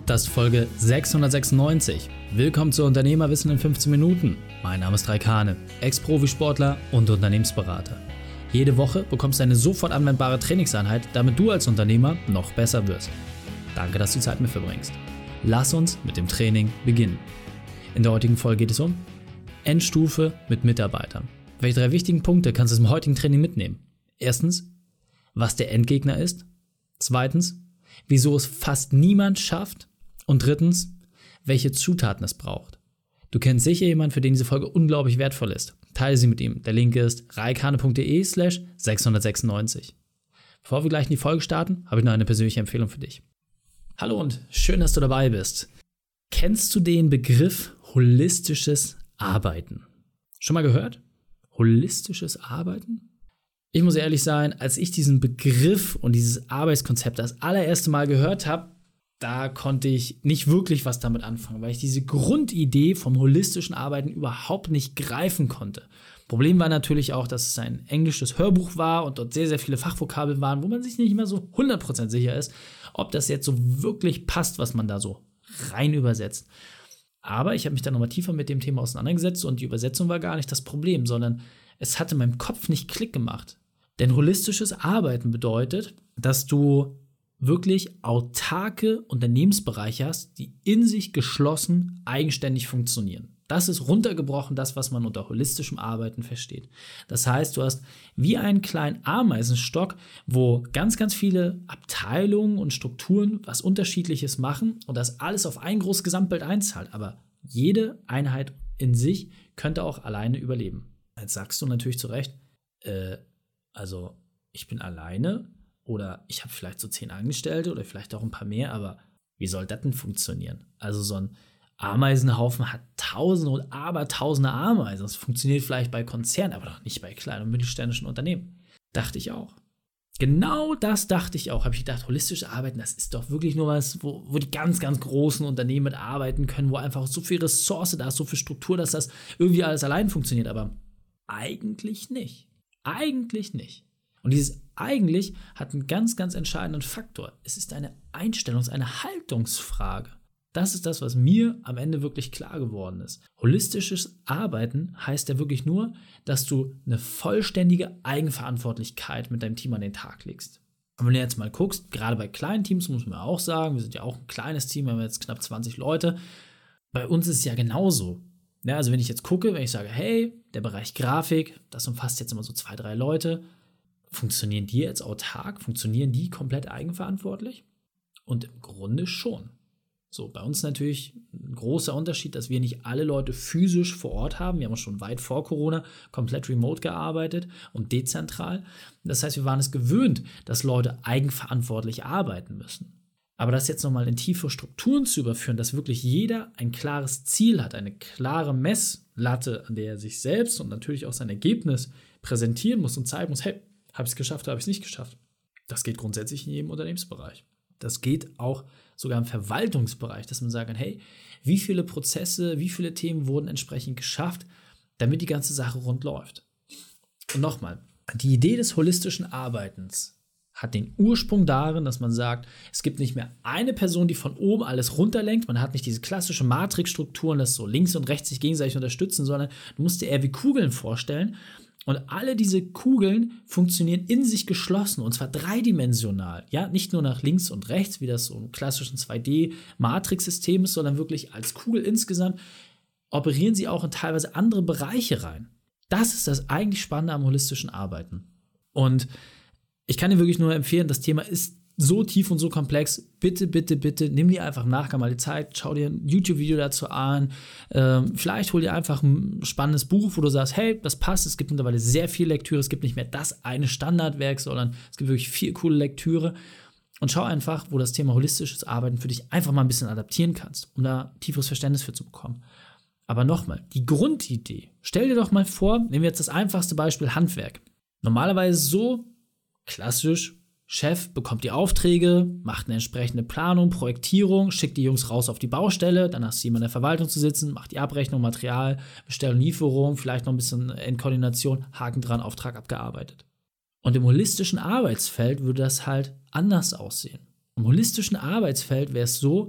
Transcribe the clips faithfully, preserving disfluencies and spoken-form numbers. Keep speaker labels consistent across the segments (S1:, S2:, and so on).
S1: Das ist Folge sechshundertsechsundneunzig. Willkommen zu Unternehmerwissen in fünfzehn Minuten. Mein Name ist Raik Hane, Ex-Profisportler und Unternehmensberater. Jede Woche bekommst du eine sofort anwendbare Trainingseinheit, damit du als Unternehmer noch besser wirst. Danke, dass du die Zeit mit verbringst. Lass uns mit dem Training beginnen. In der heutigen Folge geht es um Endstufe mit Mitarbeitern. Welche drei wichtigen Punkte kannst du im heutigen Training mitnehmen? Erstens, was der Endgegner ist. Zweitens, wieso es fast niemand schafft. Und drittens, welche Zutaten es braucht. Du kennst sicher jemanden, für den diese Folge unglaublich wertvoll ist. Teile sie mit ihm. Der Link ist raikhane.de slash sechshundertsechsundneunzig. Bevor wir gleich in die Folge starten, habe ich noch eine persönliche Empfehlung für dich. Hallo und schön, dass du dabei bist. Kennst du den Begriff holistisches Arbeiten? Schon mal gehört? Holistisches Arbeiten? Ich muss ehrlich sein, als ich diesen Begriff und dieses Arbeitskonzept das allererste Mal gehört habe, da konnte ich nicht wirklich was damit anfangen, weil ich diese Grundidee vom holistischen Arbeiten überhaupt nicht greifen konnte. Problem war natürlich auch, dass es ein englisches Hörbuch war und dort sehr, sehr viele Fachvokabeln waren, wo man sich nicht immer so hundert Prozent sicher ist, ob das jetzt so wirklich passt, was man da so rein übersetzt. Aber ich habe mich dann nochmal tiefer mit dem Thema auseinandergesetzt und die Übersetzung war gar nicht das Problem, sondern es hat in meinem Kopf nicht Klick gemacht. Denn holistisches Arbeiten bedeutet, dass du wirklich autarke Unternehmensbereiche hast, die in sich geschlossen eigenständig funktionieren. Das ist runtergebrochen das, was man unter holistischem Arbeiten versteht. Das heißt, du hast wie einen kleinen Ameisenstock, wo ganz, ganz viele Abteilungen und Strukturen was Unterschiedliches machen und das alles auf ein großes Gesamtbild einzahlt. Aber jede Einheit in sich könnte auch alleine überleben. Jetzt sagst du natürlich zu Recht, äh, also ich bin alleine oder ich habe vielleicht so zehn Angestellte oder vielleicht auch ein paar mehr, aber wie soll das denn funktionieren? Also so ein Ameisenhaufen hat tausende und abertausende Ameisen. Das funktioniert vielleicht bei Konzernen, aber doch nicht bei kleinen und mittelständischen Unternehmen. Dachte ich auch. Genau das dachte ich auch. Habe ich gedacht, holistisches Arbeiten, das ist doch wirklich nur was, wo, wo die ganz, ganz großen Unternehmen mit arbeiten können, wo einfach so viel Ressource da ist, so viel Struktur, dass das irgendwie alles allein funktioniert. Aber eigentlich nicht. Eigentlich nicht. Und dieses eigentlich hat einen ganz, ganz entscheidenden Faktor. Es ist eine Einstellungs-, eine Haltungsfrage. Das ist das, was mir am Ende wirklich klar geworden ist. Holistisches Arbeiten heißt ja wirklich nur, dass du eine vollständige Eigenverantwortlichkeit mit deinem Team an den Tag legst. Und wenn du jetzt mal guckst, gerade bei kleinen Teams muss man auch sagen, wir sind ja auch ein kleines Team, wir haben jetzt knapp zwanzig Leute. Bei uns ist es ja genauso. Ja, also wenn ich jetzt gucke, wenn ich sage, hey, der Bereich Grafik, das umfasst jetzt immer so zwei, drei Leute, funktionieren die jetzt autark? Funktionieren die komplett eigenverantwortlich? Und im Grunde schon. So, bei uns natürlich ein großer Unterschied, dass wir nicht alle Leute physisch vor Ort haben. Wir haben schon weit vor Corona komplett remote gearbeitet und dezentral. Das heißt, wir waren es gewöhnt, dass Leute eigenverantwortlich arbeiten müssen. Aber das jetzt nochmal in tiefe Strukturen zu überführen, dass wirklich jeder ein klares Ziel hat, eine klare Messlatte, an der er sich selbst und natürlich auch sein Ergebnis präsentieren muss und zeigen muss, hey, habe ich es geschafft oder habe ich es nicht geschafft? Das geht grundsätzlich in jedem Unternehmensbereich. Das geht auch sogar im Verwaltungsbereich, dass man sagt, hey, wie viele Prozesse, wie viele Themen wurden entsprechend geschafft, damit die ganze Sache rund läuft. Und nochmal, die Idee des holistischen Arbeitens hat den Ursprung darin, dass man sagt, es gibt nicht mehr eine Person, die von oben alles runterlenkt. Man hat nicht diese klassische Matrixstrukturen, dass so links und rechts sich gegenseitig unterstützen, sondern du musst dir eher wie Kugeln vorstellen. Und alle diese Kugeln funktionieren in sich geschlossen, und zwar dreidimensional. Ja, nicht nur nach links und rechts, wie das so im klassischen zwei D-Matrix-System ist, sondern wirklich als Kugel insgesamt operieren sie auch in teilweise andere Bereiche rein. Das ist das eigentlich Spannende am holistischen Arbeiten. Und ich kann dir wirklich nur empfehlen, das Thema ist so tief und so komplex. Bitte, bitte, bitte, nimm dir einfach im Nachgang mal die Zeit, schau dir ein YouTube-Video dazu an. Ähm, vielleicht hol dir einfach ein spannendes Buch, wo du sagst, hey, das passt. Es gibt mittlerweile sehr viel Lektüre. Es gibt nicht mehr das eine Standardwerk, sondern es gibt wirklich viel coole Lektüre. Und schau einfach, wo das Thema holistisches Arbeiten für dich einfach mal ein bisschen adaptieren kannst, um da tieferes Verständnis für zu bekommen. Aber nochmal, die Grundidee. Stell dir doch mal vor, nehmen wir jetzt das einfachste Beispiel Handwerk. Normalerweise so klassisch, Chef bekommt die Aufträge, macht eine entsprechende Planung, Projektierung, schickt die Jungs raus auf die Baustelle, dann hast du jemanden in der Verwaltung zu sitzen, macht die Abrechnung, Material, Bestellung, Lieferung, vielleicht noch ein bisschen in Koordination, Haken dran, Auftrag abgearbeitet. Und im holistischen Arbeitsfeld würde das halt anders aussehen. Im holistischen Arbeitsfeld wäre es so,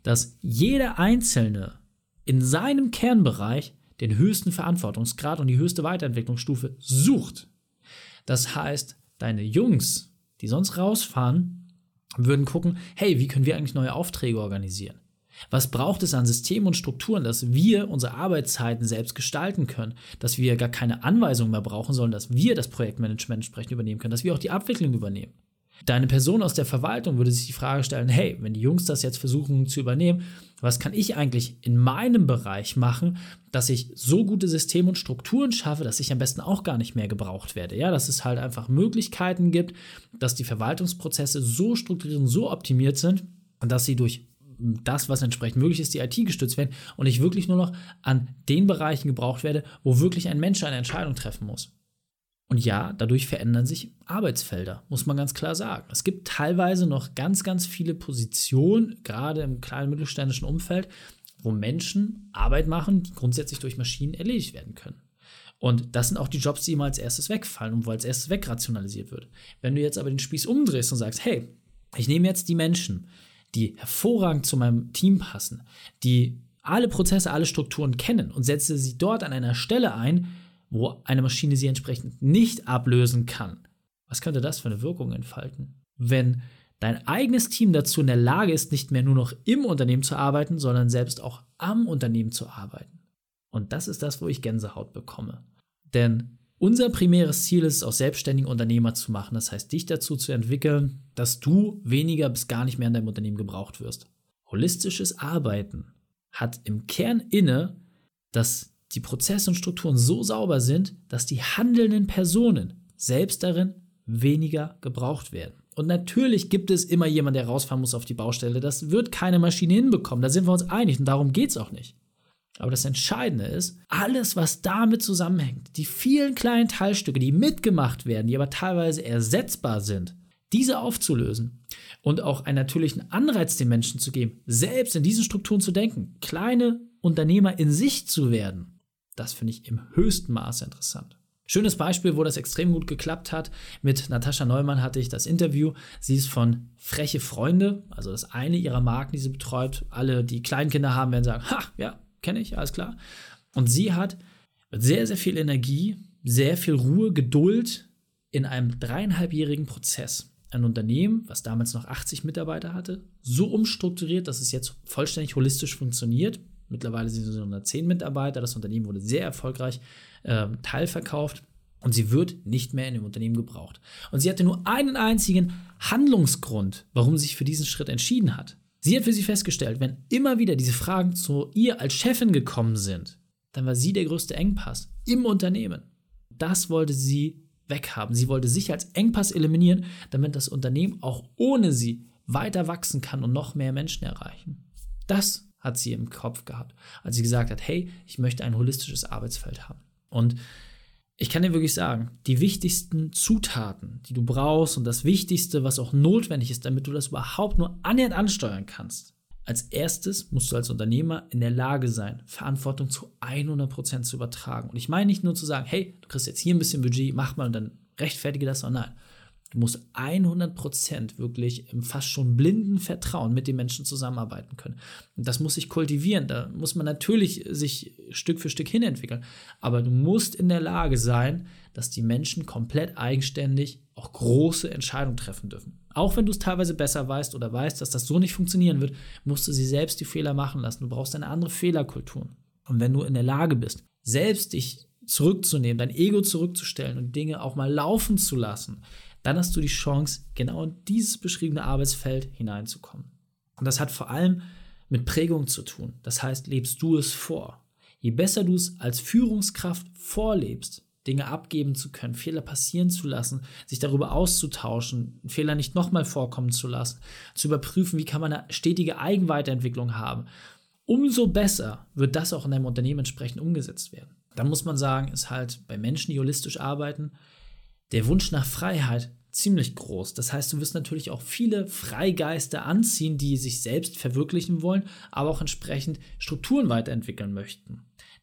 S1: dass jeder Einzelne in seinem Kernbereich den höchsten Verantwortungsgrad und die höchste Weiterentwicklungsstufe sucht. Das heißt, deine Jungs, die sonst rausfahren, würden gucken, hey, wie können wir eigentlich neue Aufträge organisieren? Was braucht es an Systemen und Strukturen, dass wir unsere Arbeitszeiten selbst gestalten können, dass wir gar keine Anweisungen mehr brauchen, sondern dass wir das Projektmanagement entsprechend übernehmen können, dass wir auch die Abwicklung übernehmen. Deine Person aus der Verwaltung würde sich die Frage stellen, hey, wenn die Jungs das jetzt versuchen zu übernehmen, was kann ich eigentlich in meinem Bereich machen, dass ich so gute Systeme und Strukturen schaffe, dass ich am besten auch gar nicht mehr gebraucht werde. Ja, dass es halt einfach Möglichkeiten gibt, dass die Verwaltungsprozesse so strukturiert und so optimiert sind, dass sie durch das, was entsprechend möglich ist, die I T gestützt werden und ich wirklich nur noch an den Bereichen gebraucht werde, wo wirklich ein Mensch eine Entscheidung treffen muss. Und ja, dadurch verändern sich Arbeitsfelder, muss man ganz klar sagen. Es gibt teilweise noch ganz, ganz viele Positionen, gerade im kleinen mittelständischen Umfeld, wo Menschen Arbeit machen, die grundsätzlich durch Maschinen erledigt werden können. Und das sind auch die Jobs, die immer als erstes wegfallen und wo als erstes wegrationalisiert wird. Wenn du jetzt aber den Spieß umdrehst und sagst, hey, ich nehme jetzt die Menschen, die hervorragend zu meinem Team passen, die alle Prozesse, alle Strukturen kennen und setze sie dort an einer Stelle ein, wo eine Maschine sie entsprechend nicht ablösen kann. Was könnte das für eine Wirkung entfalten? Wenn dein eigenes Team dazu in der Lage ist, nicht mehr nur noch im Unternehmen zu arbeiten, sondern selbst auch am Unternehmen zu arbeiten. Und das ist das, wo ich Gänsehaut bekomme. Denn unser primäres Ziel ist es, auch selbstständige Unternehmer zu machen. Das heißt, dich dazu zu entwickeln, dass du weniger bis gar nicht mehr in deinem Unternehmen gebraucht wirst. Holistisches Arbeiten hat im Kern inne, dass die Prozesse und Strukturen so sauber sind, dass die handelnden Personen selbst darin weniger gebraucht werden. Und natürlich gibt es immer jemanden, der rausfahren muss auf die Baustelle. Das wird keine Maschine hinbekommen. Da sind wir uns einig und darum geht es auch nicht. Aber das Entscheidende ist, alles, was damit zusammenhängt, die vielen kleinen Teilstücke, die mitgemacht werden, die aber teilweise ersetzbar sind, diese aufzulösen und auch einen natürlichen Anreiz den Menschen zu geben, selbst in diesen Strukturen zu denken, kleine Unternehmer in sich zu werden, das finde ich im höchsten Maße interessant. Schönes Beispiel, wo das extrem gut geklappt hat. Mit Natascha Neumann hatte ich das Interview. Sie ist von Freche Freunde, also das eine ihrer Marken, die sie betreut. Alle, die Kleinkinder haben, werden sagen, ha, ja, kenne ich, alles klar. Und sie hat mit sehr, sehr viel Energie, sehr viel Ruhe, Geduld in einem dreieinhalbjährigen Prozess ein Unternehmen, was damals noch achtzig Mitarbeiter hatte, so umstrukturiert, dass es jetzt vollständig holistisch funktioniert. Mittlerweile sind es hundertzehn Mitarbeiter. Das Unternehmen wurde sehr erfolgreich äh, teilverkauft und sie wird nicht mehr in dem Unternehmen gebraucht. Und sie hatte nur einen einzigen Handlungsgrund, warum sie sich für diesen Schritt entschieden hat. Sie hat für sich festgestellt, wenn immer wieder diese Fragen zu ihr als Chefin gekommen sind, dann war sie der größte Engpass im Unternehmen. Das wollte sie weghaben. Sie wollte sich als Engpass eliminieren, damit das Unternehmen auch ohne sie weiter wachsen kann und noch mehr Menschen erreichen. Das hat sie im Kopf gehabt, als sie gesagt hat, hey, ich möchte ein holistisches Arbeitsfeld haben. Und ich kann dir wirklich sagen, die wichtigsten Zutaten, die du brauchst und das Wichtigste, was auch notwendig ist, damit du das überhaupt nur annähernd ansteuern kannst. Als erstes musst du als Unternehmer in der Lage sein, Verantwortung zu hundert Prozent zu übertragen. Und ich meine nicht nur zu sagen, hey, du kriegst jetzt hier ein bisschen Budget, mach mal und dann rechtfertige das, sondern nein. Du musst hundert Prozent wirklich im fast schon blinden Vertrauen mit den Menschen zusammenarbeiten können. Und das muss sich kultivieren. Da muss man natürlich sich Stück für Stück hinentwickeln. Aber du musst in der Lage sein, dass die Menschen komplett eigenständig auch große Entscheidungen treffen dürfen. Auch wenn du es teilweise besser weißt oder weißt, dass das so nicht funktionieren wird, musst du sie selbst die Fehler machen lassen. Du brauchst eine andere Fehlerkultur. Und wenn du in der Lage bist, selbst dich zurückzunehmen, dein Ego zurückzustellen und Dinge auch mal laufen zu lassen, dann hast du die Chance, genau in dieses beschriebene Arbeitsfeld hineinzukommen. Und das hat vor allem mit Prägung zu tun. Das heißt, lebst du es vor. Je besser du es als Führungskraft vorlebst, Dinge abgeben zu können, Fehler passieren zu lassen, sich darüber auszutauschen, Fehler nicht nochmal vorkommen zu lassen, zu überprüfen, wie kann man eine stetige Eigenweiterentwicklung haben, umso besser wird das auch in deinem Unternehmen entsprechend umgesetzt werden. Dann muss man sagen, ist halt bei Menschen, die holistisch arbeiten, der Wunsch nach Freiheit ziemlich groß. Das heißt, du wirst natürlich auch viele Freigeister anziehen, die sich selbst verwirklichen wollen, aber auch entsprechend Strukturen weiterentwickeln möchten.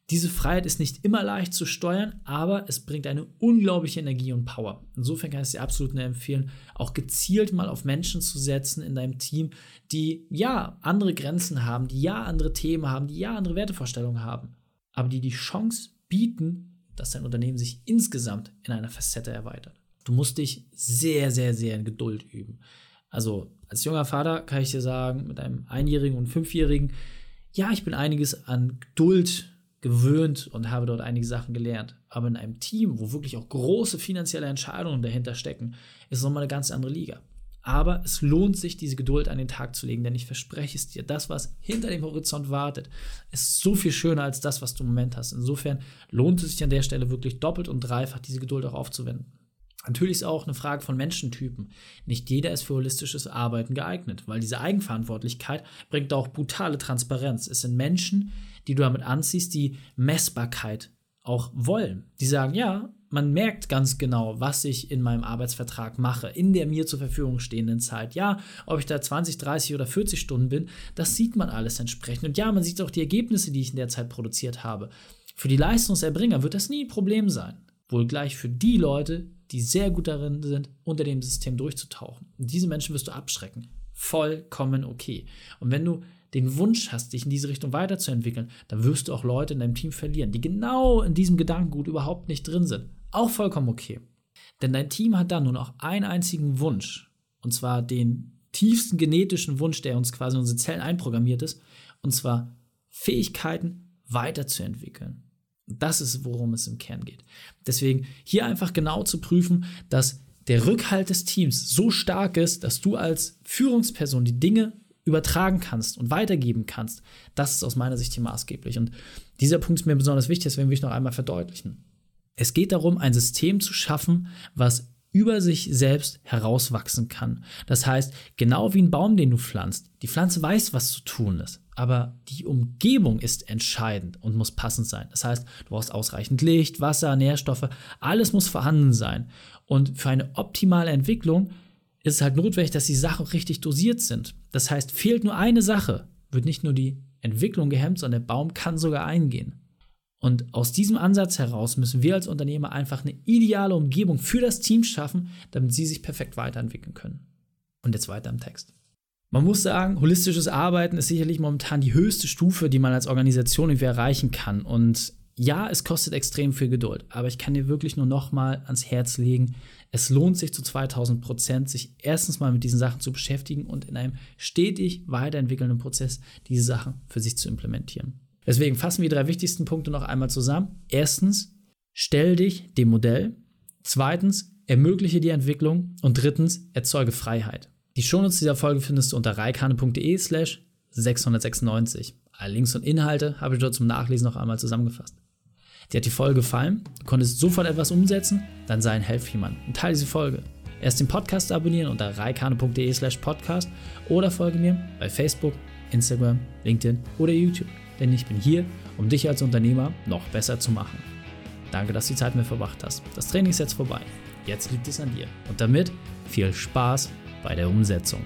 S1: Diese Freiheit ist nicht immer leicht zu steuern, aber es bringt eine unglaubliche Energie und Power. Insofern kann ich es dir absolut nur empfehlen, auch gezielt mal auf Menschen zu setzen in deinem Team, die ja andere Grenzen haben, die ja andere Themen haben, die ja andere Wertevorstellungen haben, aber die die Chance bieten, dass dein Unternehmen sich insgesamt in einer Facette erweitert. Du musst dich sehr, sehr, sehr in Geduld üben. Also als junger Vater kann ich dir sagen, mit einem Einjährigen und Fünfjährigen, ja, ich bin einiges an Geduld gewöhnt und habe dort einige Sachen gelernt. Aber in einem Team, wo wirklich auch große finanzielle Entscheidungen dahinter stecken, ist es nochmal eine ganz andere Liga. Aber es lohnt sich, diese Geduld an den Tag zu legen, denn ich verspreche es dir, das, was hinter dem Horizont wartet, ist so viel schöner als das, was du im Moment hast. Insofern lohnt es sich an der Stelle wirklich doppelt und dreifach, diese Geduld auch aufzuwenden. Natürlich ist auch eine Frage von Menschentypen. Nicht jeder ist für holistisches Arbeiten geeignet, weil diese Eigenverantwortlichkeit bringt auch brutale Transparenz. Es sind Menschen, die du damit anziehst, die Messbarkeit auch wollen. Die sagen, ja, man merkt ganz genau, was ich in meinem Arbeitsvertrag mache, in der mir zur Verfügung stehenden Zeit. Ja, ob ich da zwanzig, dreißig oder vierzig Stunden bin, das sieht man alles entsprechend. Und ja, man sieht auch die Ergebnisse, die ich in der Zeit produziert habe. Für die Leistungserbringer wird das nie ein Problem sein. Wohl gleich für die Leute, die sehr gut darin sind, unter dem System durchzutauchen. Und diese Menschen wirst du abschrecken. Vollkommen okay. Und wenn du den Wunsch hast, dich in diese Richtung weiterzuentwickeln, dann wirst du auch Leute in deinem Team verlieren, die genau in diesem Gedankengut überhaupt nicht drin sind. Auch vollkommen okay. Denn dein Team hat dann nur noch einen einzigen Wunsch. Und zwar den tiefsten genetischen Wunsch, der uns quasi in unsere Zellen einprogrammiert ist. Und zwar Fähigkeiten weiterzuentwickeln. Das ist, worum es im Kern geht. Deswegen hier einfach genau zu prüfen, dass der Rückhalt des Teams so stark ist, dass du als Führungsperson die Dinge übertragen kannst und weitergeben kannst. Das ist aus meiner Sicht hier maßgeblich. Und dieser Punkt ist mir besonders wichtig, deswegen will ich noch einmal verdeutlichen. Es geht darum, ein System zu schaffen, was über sich selbst herauswachsen kann. Das heißt, genau wie ein Baum, den du pflanzt. Die Pflanze weiß, was zu tun ist, aber die Umgebung ist entscheidend und muss passend sein. Das heißt, du brauchst ausreichend Licht, Wasser, Nährstoffe, alles muss vorhanden sein. Und für eine optimale Entwicklung ist es halt notwendig, dass die Sachen richtig dosiert sind. Das heißt, fehlt nur eine Sache, wird nicht nur die Entwicklung gehemmt, sondern der Baum kann sogar eingehen. Und aus diesem Ansatz heraus müssen wir als Unternehmer einfach eine ideale Umgebung für das Team schaffen, damit sie sich perfekt weiterentwickeln können. Und jetzt weiter im Text. Man muss sagen, holistisches Arbeiten ist sicherlich momentan die höchste Stufe, die man als Organisation irgendwie erreichen kann. Und ja, es kostet extrem viel Geduld, aber ich kann dir wirklich nur noch mal ans Herz legen, es lohnt sich zu zweitausend Prozent, sich erstens mal mit diesen Sachen zu beschäftigen und in einem stetig weiterentwickelnden Prozess diese Sachen für sich zu implementieren. Deswegen fassen wir die drei wichtigsten Punkte noch einmal zusammen. Erstens, stell dich dem Modell. Zweitens, ermögliche die Entwicklung. Und drittens, erzeuge Freiheit. Die Shownotes dieser Folge findest du unter reikane.de slash sechshundertsechsundneunzig. Alle Links und Inhalte habe ich dort zum Nachlesen noch einmal zusammengefasst. Dir hat die Folge gefallen? Du konntest sofort etwas umsetzen? Dann sei ein Helfermann und teile diese Folge. Erst den Podcast abonnieren unter reikane.de slash podcast oder folge mir bei Facebook, Instagram, LinkedIn oder YouTube. Denn ich bin hier, um dich als Unternehmer noch besser zu machen. Danke, dass du die Zeit mit mir verbracht hast. Das Training ist jetzt vorbei. Jetzt liegt es an dir. Und damit viel Spaß bei der Umsetzung.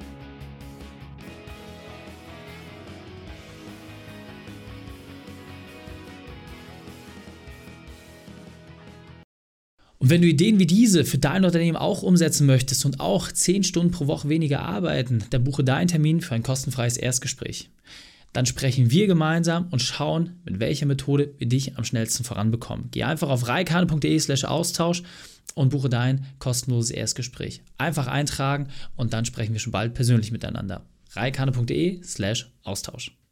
S1: Und wenn du Ideen wie diese für dein Unternehmen auch umsetzen möchtest und auch zehn Stunden pro Woche weniger arbeiten, dann buche deinen Termin für ein kostenfreies Erstgespräch. Dann sprechen wir gemeinsam und schauen, mit welcher Methode wir dich am schnellsten voranbekommen. Geh einfach auf reikane.de slash Austausch und buche dein kostenloses Erstgespräch. Einfach eintragen und dann sprechen wir schon bald persönlich miteinander. reikane.de slash Austausch.